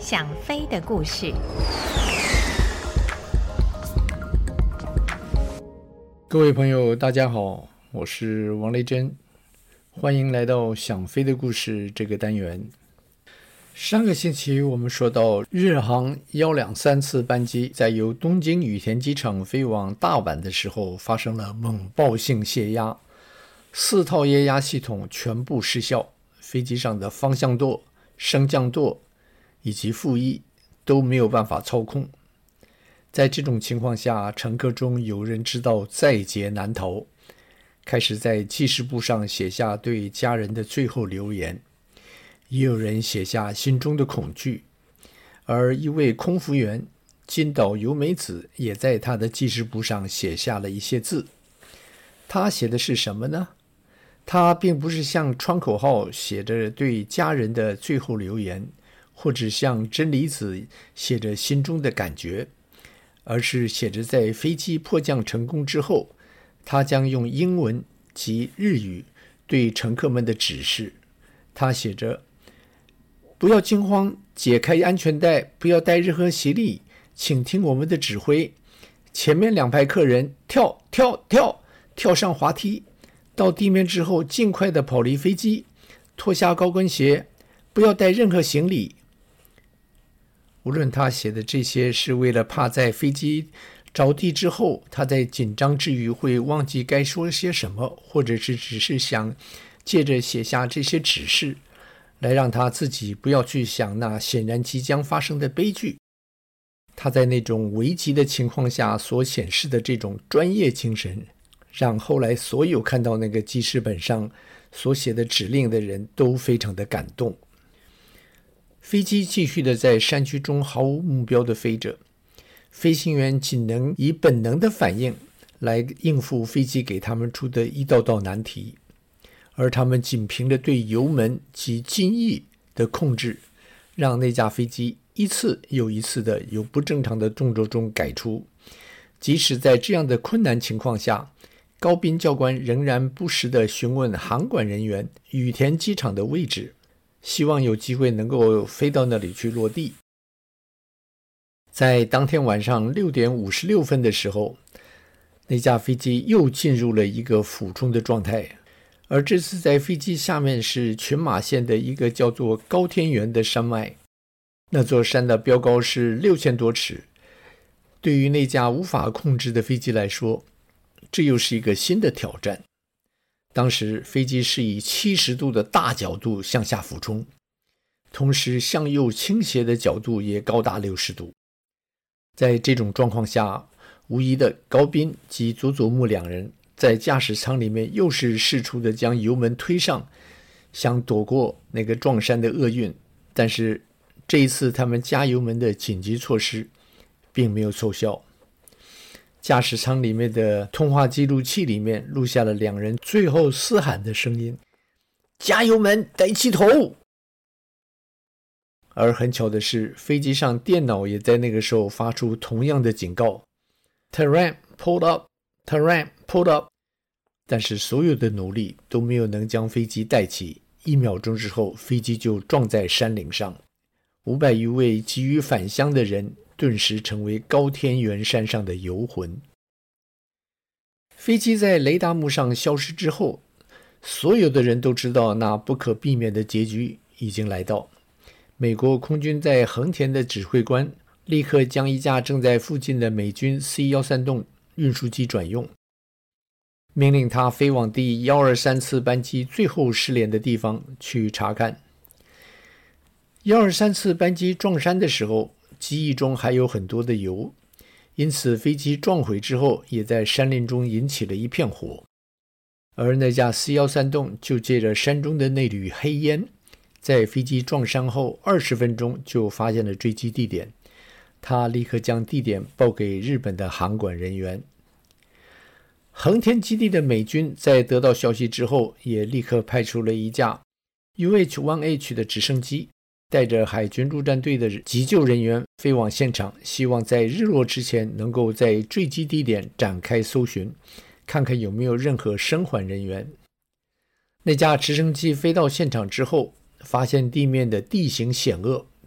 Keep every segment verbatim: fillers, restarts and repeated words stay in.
想飞的故事。 各位朋友大家好，我是王雷珍，欢迎来到想飞的故事这个单元。上个星期我们说到日航一两三次班机在由东京羽田机场飞往大阪的时候发生了猛爆性泄压，四套液压系统全部失效，飞机上的方向舵、升降舵以及副翼都没有办法操控。在这种情况下，乘客中有人知道在劫难逃，开始在记事簿上写下对家人的最后留言，也有人写下心中的恐惧。而一位空服员金岛由美子也在他的记事簿上写下了一些字。他写的是什么呢？他并不是像川口号写着对家人的最后留言，或者像真理子写着心中的感觉，而是写着在飞机迫降成功之后，他将用英文及日语对乘客们的指示。他写着：不要惊慌，解开安全带，不要带任何行李，请听我们的指挥。前面两排客人跳跳跳跳上滑梯，到地面之后尽快地跑离飞机，脱下高跟鞋，不要带任何行李。无论他写的这些是为了怕在飞机着地之后他在紧张之余会忘记该说些什么，或者是只是想借着写下这些指示来让他自己不要去想那显然即将发生的悲剧，他在那种危急的情况下所显示的这种专业精神，让后来所有看到那个记事本上所写的指令的人都非常的感动。飞机继续的在山区中毫无目标的飞着，飞行员仅能以本能的反应来应付飞机给他们出的一道道难题，而他们仅凭着对油门及襟翼的控制，让那架飞机一次又一次的由不正常的动作中改出。即使在这样的困难情况下，高宾教官仍然不时地询问航管人员羽田机场的位置，希望有机会能够飞到那里去落地。在当天晚上六点五十六分的时候，那架飞机又进入了一个俯冲的状态，而这次在飞机下面是群马县的一个叫做高天原的山脉，那座山的标高是六千多尺。对于那架无法控制的飞机来说，这又是一个新的挑战。当时飞机是以七十度的大角度向下俯冲，同时向右倾斜的角度也高达六十度。在这种状况下，无疑的高宾及佐佐木两人在驾驶舱里面又是试图的将油门推上，想躲过那个撞山的厄运，但是这一次他们加油门的紧急措施并没有奏效。驾驶舱里面的通话记录器里面录下了两人最后嘶喊的声音：加油门，抬起头。而很巧的是，飞机上电脑也在那个时候发出同样的警告： Terrain pulled up, Terrain pulled up。 但是所有的努力都没有能将飞机带起，一秒钟之后飞机就撞在山岭上，五百余位急于返乡的人顿时成为高天原山上的游魂。飞机在雷达幕上消失之后，所有的人都知道那不可避免的结局已经来到。美国空军在横田的指挥官立刻将一架正在附近的美军 C 一三 栋运输机转用，命令他飞往第一二三次班机最后失联的地方去查看。一二三次班机撞山的时候，机翼中还有很多的油，因此飞机撞毁之后也在山林中引起了一片火。而那架 C 一三 栋就借着山中的那缕黑烟，在飞机撞山后二十分钟就发现了坠机地点，他立刻将地点报给日本的航管人员。横田基地的美军在得到消息之后，也立刻派出了一架 U H 一 H 的直升机，带着海军陆战队的急救人员飞往现场，希望在日落之前能够在坠机地点展开搜寻，看看有没有任何生还人员。那架直升机飞到现场之后，发现地面的地形险恶，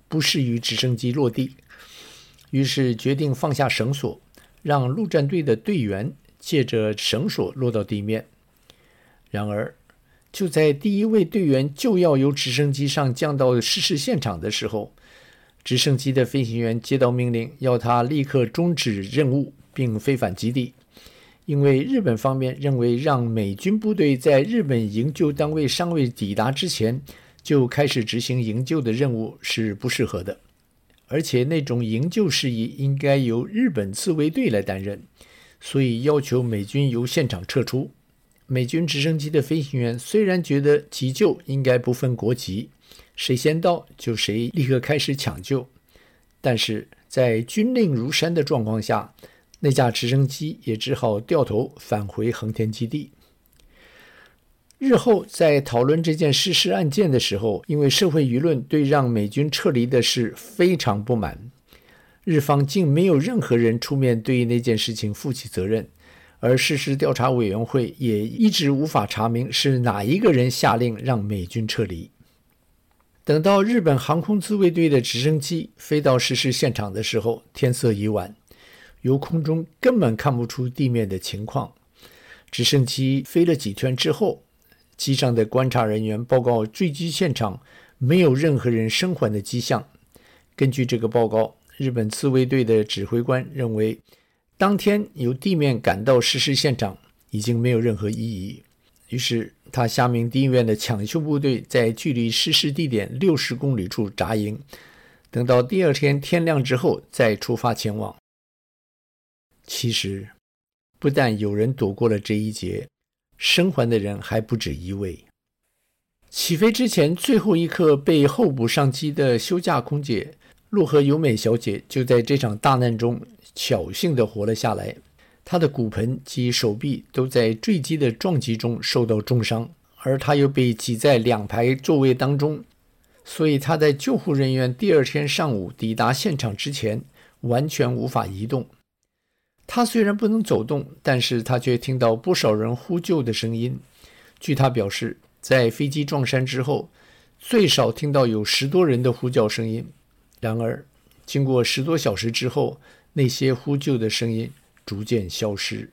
不适于直升机落地，于是决定放下绳索，让陆战队的队员借着绳索落到地面。然而，就在第一位队员就要由直升机上降到失事现场的时候，直升机的飞行员接到命令，要他立刻终止任务并飞返基地，因为日本方面认为让美军部队在日本营救单位尚未抵达之前就开始执行营救的任务是不适合的，而且那种营救事宜应该由日本自卫队来担任，所以要求美军由现场撤出。美军直升机的飞行员虽然觉得急救应该不分国籍，谁先到就谁立刻开始抢救，但是在军令如山的状况下，那架直升机也只好掉头返回横田基地。日后在讨论这件失事案件的时候，因为社会舆论对让美军撤离的事非常不满，日方竟没有任何人出面对那件事情负起责任，而事实调查委员会也一直无法查明是哪一个人下令让美军撤离。等到日本航空自卫队的直升机飞到失事现场的时候，天色已晚，由空中根本看不出地面的情况。直升机飞了几圈之后，机上的观察人员报告坠机现场没有任何人生还的迹象。根据这个报告，日本自卫队的指挥官认为，当天由地面赶到失事现场已经没有任何意义，于是他下命第一院的抢修部队在距离失事地点六十公里处扎营，等到第二天天亮之后再出发前往。其实，不但有人躲过了这一劫，生还的人还不止一位。起飞之前最后一刻被候补上机的休假空姐洛河由美小姐就在这场大难中侥幸地活了下来，她的骨盆及手臂都在坠机的撞击中受到重伤，而她又被挤在两排座位当中，所以她在救护人员第二天上午抵达现场之前完全无法移动。她虽然不能走动，但是她却听到不少人呼救的声音。据她表示，在飞机撞山之后，最少听到有十多人的呼叫声音。然而，经过十多小时之后，那些呼救的声音逐渐消失。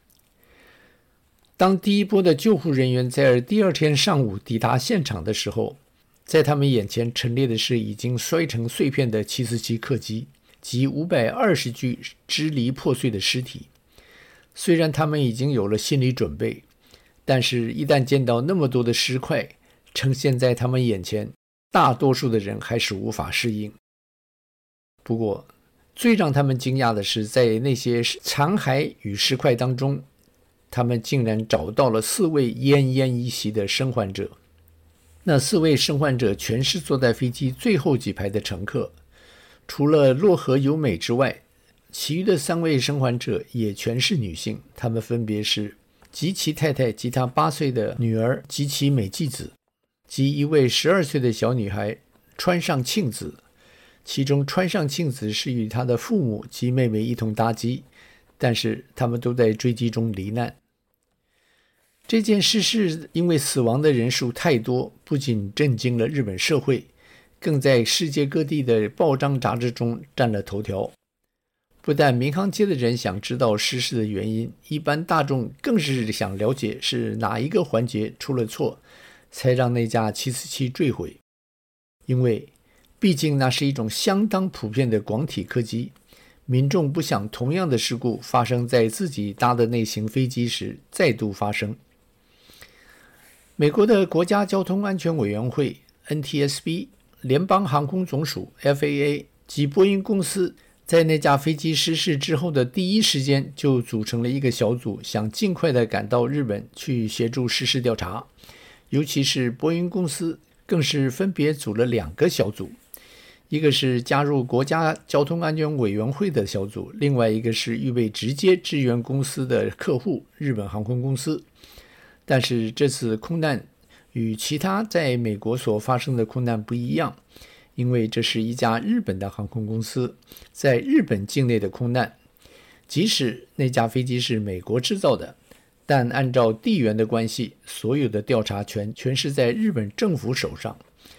当第一波的救护人员在第二天上午抵达现场的时候，在他们眼前陈列的是已经摔成碎片的七四七客机及五百二十具支离破碎的尸体。虽然他们已经有了心理准备，但是一旦见到那么多的尸块呈现在他们眼前，大多数的人还是无法适应。不过，最让他们惊讶的是，在那些残骸与尸块当中，他们竟然找到了四位奄奄一息的生还者。那四位生还者全是坐在飞机最后几排的乘客，除了洛河由美之外，其余的三位生还者也全是女性，她们分别是吉崎太太及她八岁的女儿吉崎美纪子，及一位十二岁的小女孩川上庆子。其中川上庆子是与她的父母及妹妹一同搭机，但是他们都在坠机中罹难。这件事是因为死亡的人数太多，不仅震惊了日本社会，更在世界各地的报章杂志中占了头条。不但民航界的人想知道失事的原因，一般大众更是想了解是哪一个环节出了错，才让那架七四七坠毁。因为毕竟那是一种相当普遍的广体客机，民众不想同样的事故发生在自己搭的那型飞机时再度发生。美国的国家交通安全委员会 N T S B、 联邦航空总署 F A A 及波音公司在那架飞机失事之后的第一时间就组成了一个小组，想尽快的赶到日本去协助失事调查。尤其是波音公司更是分别组了两个小组，一个是加入国家交通安全委员会的小组，另外一个是预备直接支援公司的客户日本航空公司。但是这次空难与其他在美国所发生的空难不一样，因为这是一家日本的航空公司在日本境内的空难。即使那架飞机是美国制造的，但按照地缘的关系，所有的调查权全是在日本政府手上。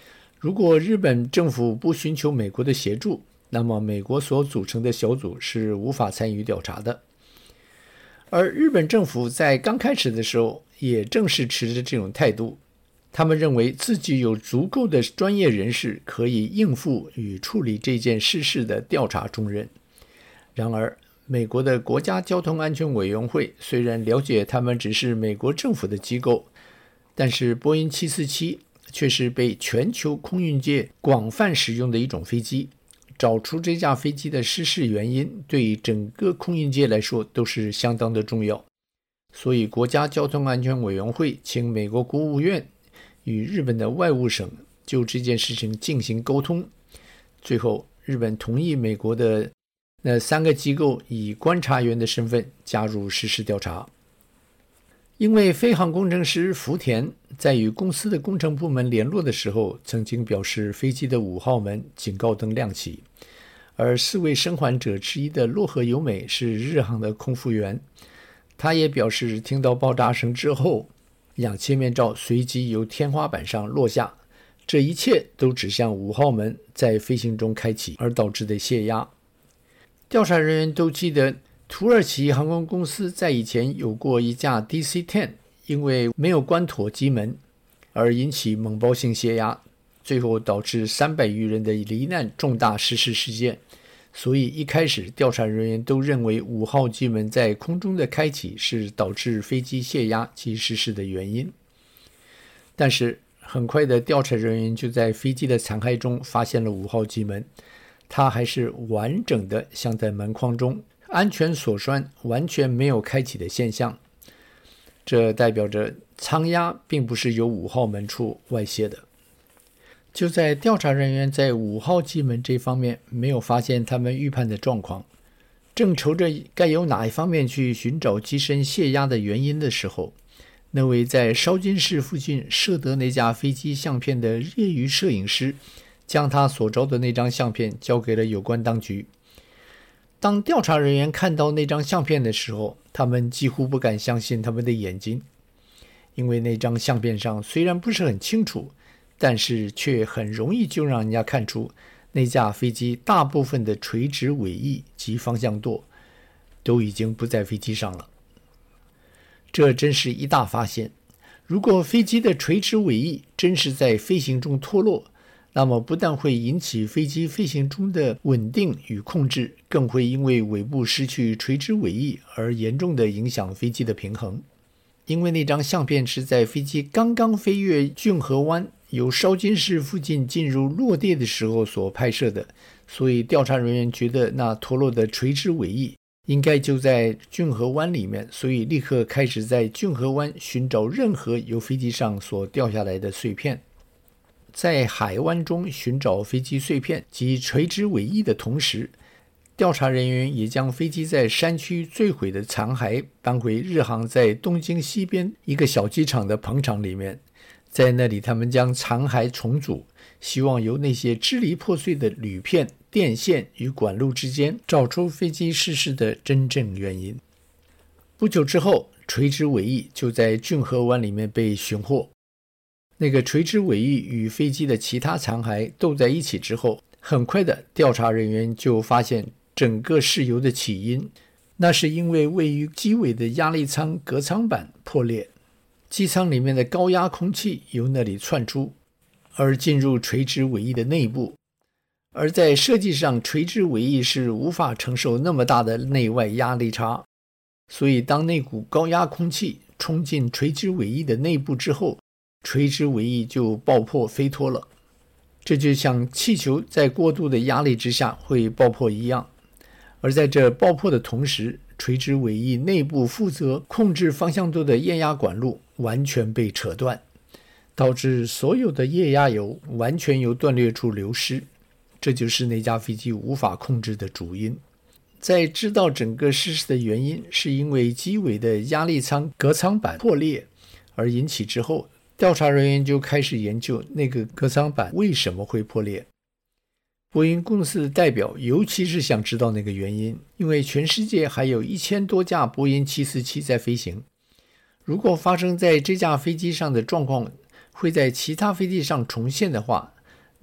如果日本政府不寻求美国的协助，那么美国所组成的小组是无法参与调查的。而日本政府在刚开始的时候也正是持着这种态度，他们认为自己有足够的专业人士可以应付与处理这件事事的调查重任。然而美国的国家交通安全委员会虽然了解他们只是美国政府的机构，但是波音七四七却是被全球空运界广泛使用的一种飞机，找出这架飞机的失事原因对整个空运界来说都是相当的重要。所以国家交通安全委员会请美国国务院与日本的外务省就这件事情进行沟通，最后日本同意美国的那三个机构以观察员的身份加入实施调查。因为飞航工程师福田在与公司的工程部门联络的时候曾经表示飞机的五号门警告灯亮起，而四位生还者之一的洛河由美是日航的空服员，他也表示听到爆炸声之后，氧气面罩随即由天花板上落下，这一切都指向五号门在飞行中开启而导致的泄压。调查人员都记得土耳其航空公司在以前有过一架 D C 十 因为没有关妥机门而引起猛爆性泄压，最后导致三百余人的罹难重大失事事件。所以一开始调查人员都认为五号机门在空中的开启是导致飞机泄压及失事的原因。但是很快的调查人员就在飞机的残骸中发现了五号机门，它还是完整的镶在门框中，安全锁栓完全没有开启的现象，这代表着舱压并不是由五号门处外泄的。就在调查人员在五号机门这方面没有发现他们预判的状况，正愁着该由哪一方面去寻找机身泄压的原因的时候，那位在烧津市附近摄得那架飞机相片的业余摄影师将他所照的那张相片交给了有关当局。当调查人员看到那张相片的时候，他们几乎不敢相信他们的眼睛，因为那张相片上虽然不是很清楚，但是却很容易就让人家看出那架飞机大部分的垂直尾翼及方向舵都已经不在飞机上了。这真是一大发现，如果飞机的垂直尾翼真是在飞行中脱落，那么不但会引起飞机飞行中的稳定与控制，更会因为尾部失去垂直尾翼而严重的影响飞机的平衡。因为那张相片是在飞机刚刚飞越骏河湾由烧津市附近进入落地的时候所拍摄的，所以调查人员觉得那脱落的垂直尾翼应该就在骏河湾里面，所以立刻开始在骏河湾寻找任何由飞机上所掉下来的碎片。在海湾中寻找飞机碎片及垂直尾翼的同时，调查人员也将飞机在山区坠毁的残骸搬回日航在东京西边一个小机场的棚场里面，在那里他们将残骸重组，希望由那些支离破碎的铝片、电线与管路之间找出飞机失事的真正原因。不久之后，垂直尾翼就在骏河湾里面被寻获。那个垂直尾翼与飞机的其他残骸斗在一起之后，很快的调查人员就发现整个事由的起因，那是因为位于机尾的压力舱隔舱板破裂，机舱里面的高压空气由那里窜出，而进入垂直尾翼的内部。而在设计上，垂直尾翼是无法承受那么大的内外压力差，所以当那股高压空气冲进垂直尾翼的内部之后，垂直尾翼就爆破飞脱了。这就像气球在过度的压力之下会爆破一样。而在这爆破的同时，垂直尾翼内部负责控制方向舵的液压管路完全被扯断，导致所有的液压油完全由断裂处流失，这就是那架飞机无法控制的主因。在知道整个失事的原因是因为机尾的压力舱隔舱板破裂而引起之后，调查人员就开始研究那个隔舱板为什么会破裂。波音公司的代表尤其是想知道那个原因，因为全世界还有一千多架波音七四七在飞行，如果发生在这架飞机上的状况会在其他飞机上重现的话，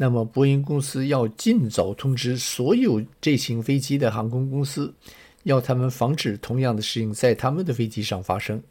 那么波音公司要尽早通知所有这型飞机的航空公司，要他们防止同样的事情在他们的飞机上发生。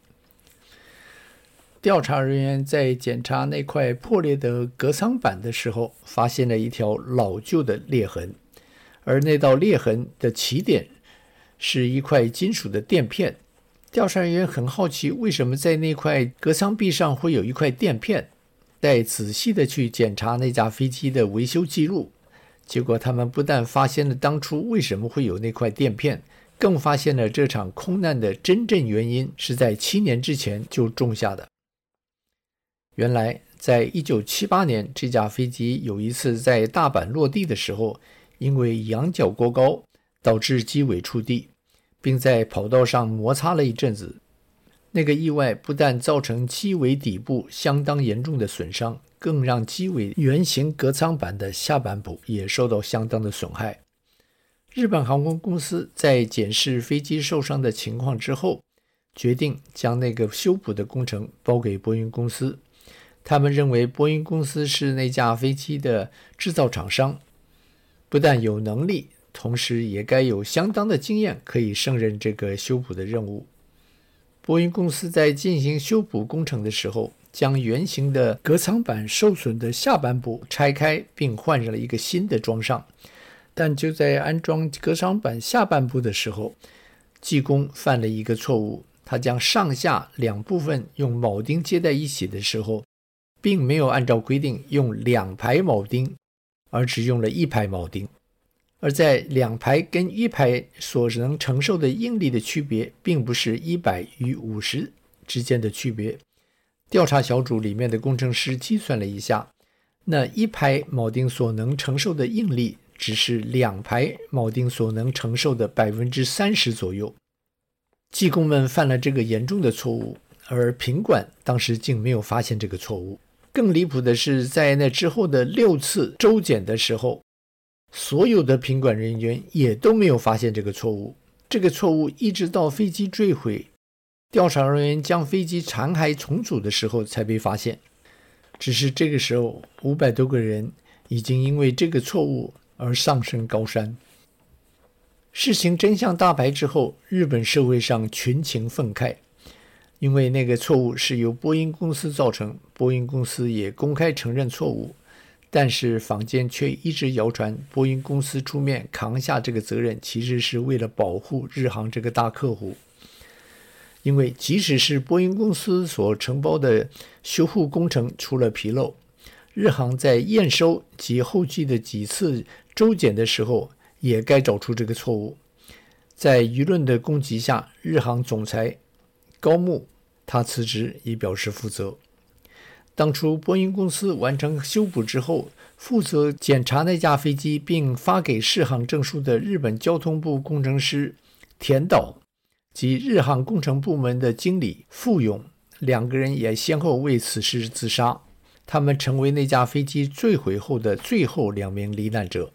调查人员在检查那块破裂的隔舱板的时候，发现了一条老旧的裂痕，而那道裂痕的起点是一块金属的垫片。调查人员很好奇，为什么在那块隔舱壁上会有一块垫片，再仔细的去检查那架飞机的维修记录，结果他们不但发现了当初为什么会有那块垫片，更发现了这场空难的真正原因是在七年之前就种下的。原来在一九七八年，这架飞机有一次在大阪落地的时候，因为仰角过高，导致机尾触地，并在跑道上摩擦了一阵子。那个意外不但造成机尾底部相当严重的损伤，更让机尾圆形隔舱板的下半部也受到相当的损害。日本航空公司在检视飞机受伤的情况之后，决定将那个修补的工程包给波音公司。他们认为波音公司是那架飞机的制造厂商，不但有能力，同时也该有相当的经验，可以胜任这个修补的任务。波音公司在进行修补工程的时候，将圆形的隔舱板受损的下半部拆开，并换上了一个新的装上。但就在安装隔舱板下半部的时候，技工犯了一个错误，他将上下两部分用铆钉接在一起的时候，并没有按照规定用两排铆钉，而只用了一排铆钉。而在两排跟一排所能承受的应力的区别，并不是一百与五十之间的区别。调查小组里面的工程师计算了一下，那一排铆钉所能承受的应力只是两排铆钉所能承受的 百分之三十 左右。技工们犯了这个严重的错误，而品管当时竟没有发现这个错误。更离谱的是，在那之后的六次周检的时候，所有的品管人员也都没有发现这个错误。这个错误一直到飞机坠毁，调查人员将飞机残骸重组的时候才被发现。只是这个时候，五百多个人已经因为这个错误而上升高山。事情真相大白之后，日本社会上群情愤慨，因为那个错误是由波音公司造成，波音公司也公开承认错误，但是坊间却一直谣传波音公司出面扛下这个责任，其实是为了保护日航这个大客户。因为即使是波音公司所承包的修护工程出了纰漏，日航在验收及后续的几次周检的时候也该找出这个错误。在舆论的攻击下，日航总裁高木他辞职以表示负责。当初波音公司完成修补之后，负责检查那架飞机并发给适航证书的日本交通部工程师田岛及日航工程部门的经理富永，两个人也先后为此事自杀，他们成为那架飞机坠毁后的最后两名罹难者。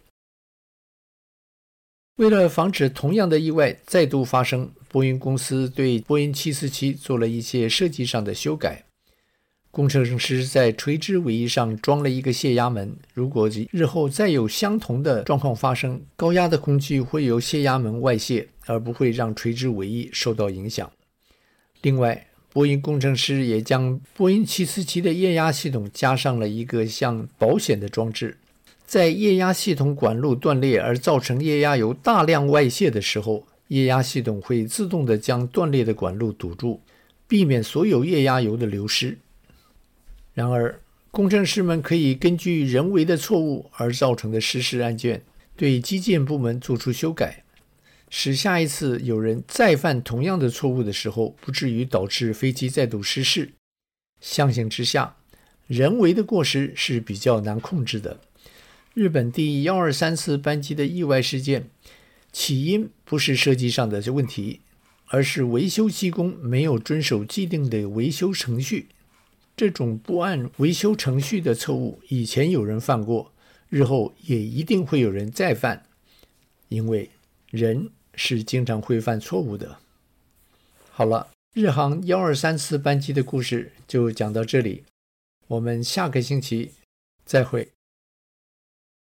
为了防止同样的意外再度发生，波音公司对波音七四七做了一些设计上的修改。工程师在垂直尾翼上装了一个泄压门，如果日后再有相同的状况发生，高压的空气会由泄压门外泄，而不会让垂直尾翼受到影响。另外，波音工程师也将波音七四七的液压系统加上了一个像保险的装置，在液压系统管路断裂而造成液压油大量外泄的时候，液压系统会自动的将断裂的管路堵住，避免所有液压油的流失。然而，工程师们可以根据人为的错误而造成的失事案件，对机建部门做出修改，使下一次有人再犯同样的错误的时候，不至于导致飞机再度失事。相形之下，人为的过失是比较难控制的。日本第一二三次班机的意外事件，起因不是设计上的问题，而是维修技工没有遵守既定的维修程序。这种不按维修程序的错误，以前有人犯过，日后也一定会有人再犯，因为人是经常会犯错误的。好了，日航一二三次班机的故事就讲到这里，我们下个星期再会。